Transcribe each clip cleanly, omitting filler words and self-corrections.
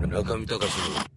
中見隆の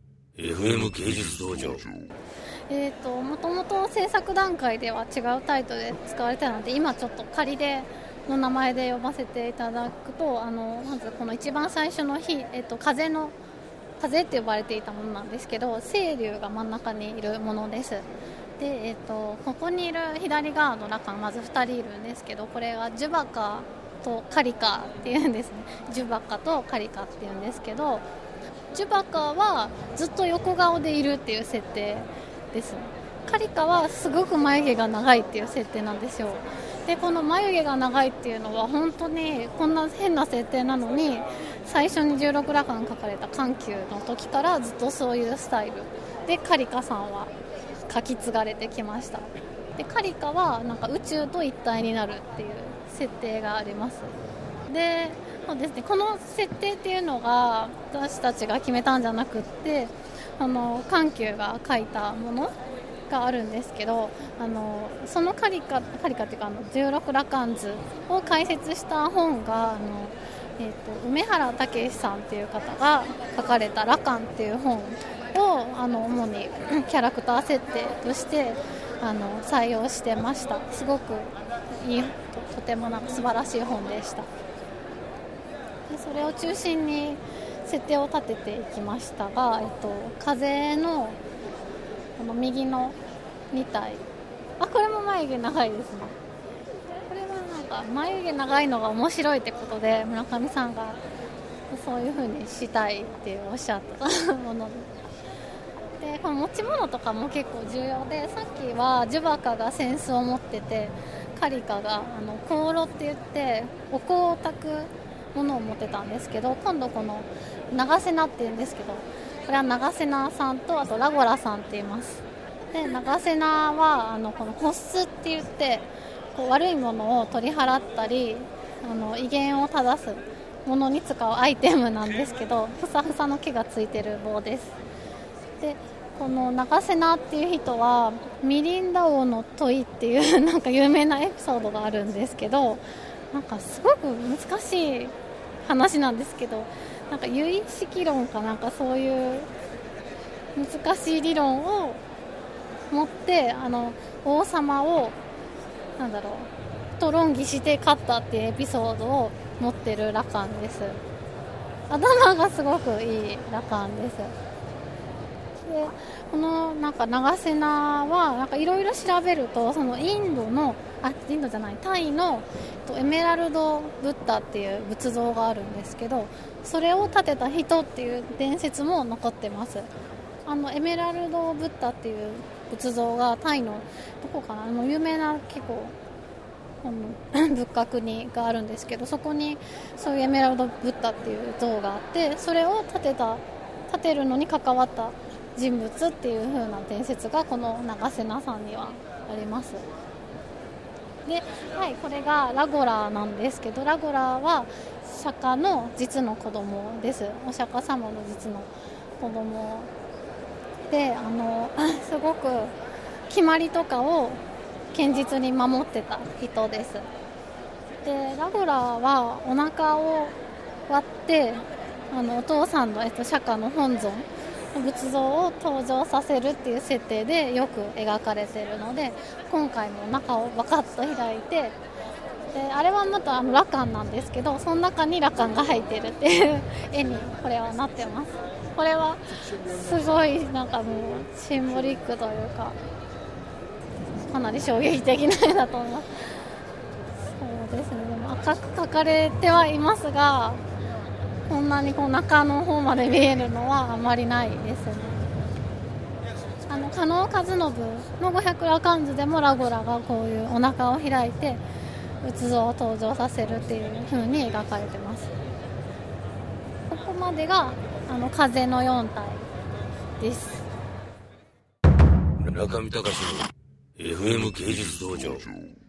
FM 芸術道場。 もともと制作段階では違うタイトルで使われてたので、今ちょっと仮での名前で呼ばせていただくと、まずこの一番最初の日、風って呼ばれていたものなんですけど、清流が真ん中にいるものです。で、ここにいる左側の中まず2人いるんですけど、これがジュバカとカリカっていうんですね。ジュバカとカリカっていうんですけど、ジュバカはずっと横顔でいるっていう設定ですね。カリカはすごく眉毛が長いっていう設定なんですよ。で、この眉毛が長いっていうのは本当にこんな変な設定なのに、最初に16羅漢書かれた緩急の時からずっとそういうスタイルでカリカさんは書き継がれてきました。で、カリカはなんか宇宙と一体になるっていう設定があります。で、そうですね、この設定っていうのが私たちが決めたんじゃなくって、緩急が書いたものがあるんですけど、そのカリカっていうか16羅漢図を解説した本が梅原武さんっていう方が書かれた羅漢っていう本を主にキャラクター設定として採用してました。すごくいい、とても素晴らしい本でした。で、それを中心に設定を立てていきましたが、風のこの右の2体、これも眉毛長いですね。これはなんか眉毛長いのが面白いってことで、村上さんがそういう風にしたいっておっしゃったもので、この持ち物とかも結構重要で、さっきはジュバカが扇子を持ってて、カリカが香炉って言ってお香を焚くものを持ってたんですけど、今度この長瀬名って言うんですけど、これは長瀬名さんとあとラゴラさんって言います。で、長瀬名はこの骨須って言ってこう悪いものを取り払ったり威厳を正すものに使うアイテムなんですけど、ふさふさの毛がついてる棒です。で、この長瀬名っていう人はミリンダ王の問いっていうなんか有名なエピソードがあるんですけど、なんかすごく難しい話なんですけど、なんか有意識論かなんかそういう難しい理論を持って王様をと論議して勝ったっていうエピソードを持ってる羅漢です。頭がすごくいい羅漢です。で、このなんか長瀬名はなんかいろいろ調べると、そのタイのエメラルドブッダっていう仏像があるんですけど、それを建てた人っていう伝説も残ってます。エメラルドブッダっていう仏像がタイのどこかな、有名な結構仏閣があるんですけど、そこにそういうエメラルドブッダっていう像があって、それを建てるのに関わった人物っていう風な伝説がこの長瀬名さんにはあります。で、これがラゴラなんですけど、ラゴラは釈迦の実の子供です。お釈迦様の実の子供ですごく決まりとかを堅実に守ってた人です。で、ラゴラはお腹を割ってお父さんの、釈迦の本尊仏像を登場させるっていう設定でよく描かれているので、今回もお腹をバカッと開いて、であれはまた羅漢なんですけど、その中に羅漢が入っているっていう絵にこれはなってます。これはすごいなんかもうシンボリックというか、かなり衝撃的な絵だと思います。そうですね、でも赤く描かれてはいますが、こんなに中の方まで見えるのはあまりないですね。加納和信の500羅漢図でもラゴラがこういうお腹を開いて仏像を登場させるっていう風に描かれてます。ここまでが風の4体です。 中見隆の FM 芸術道場。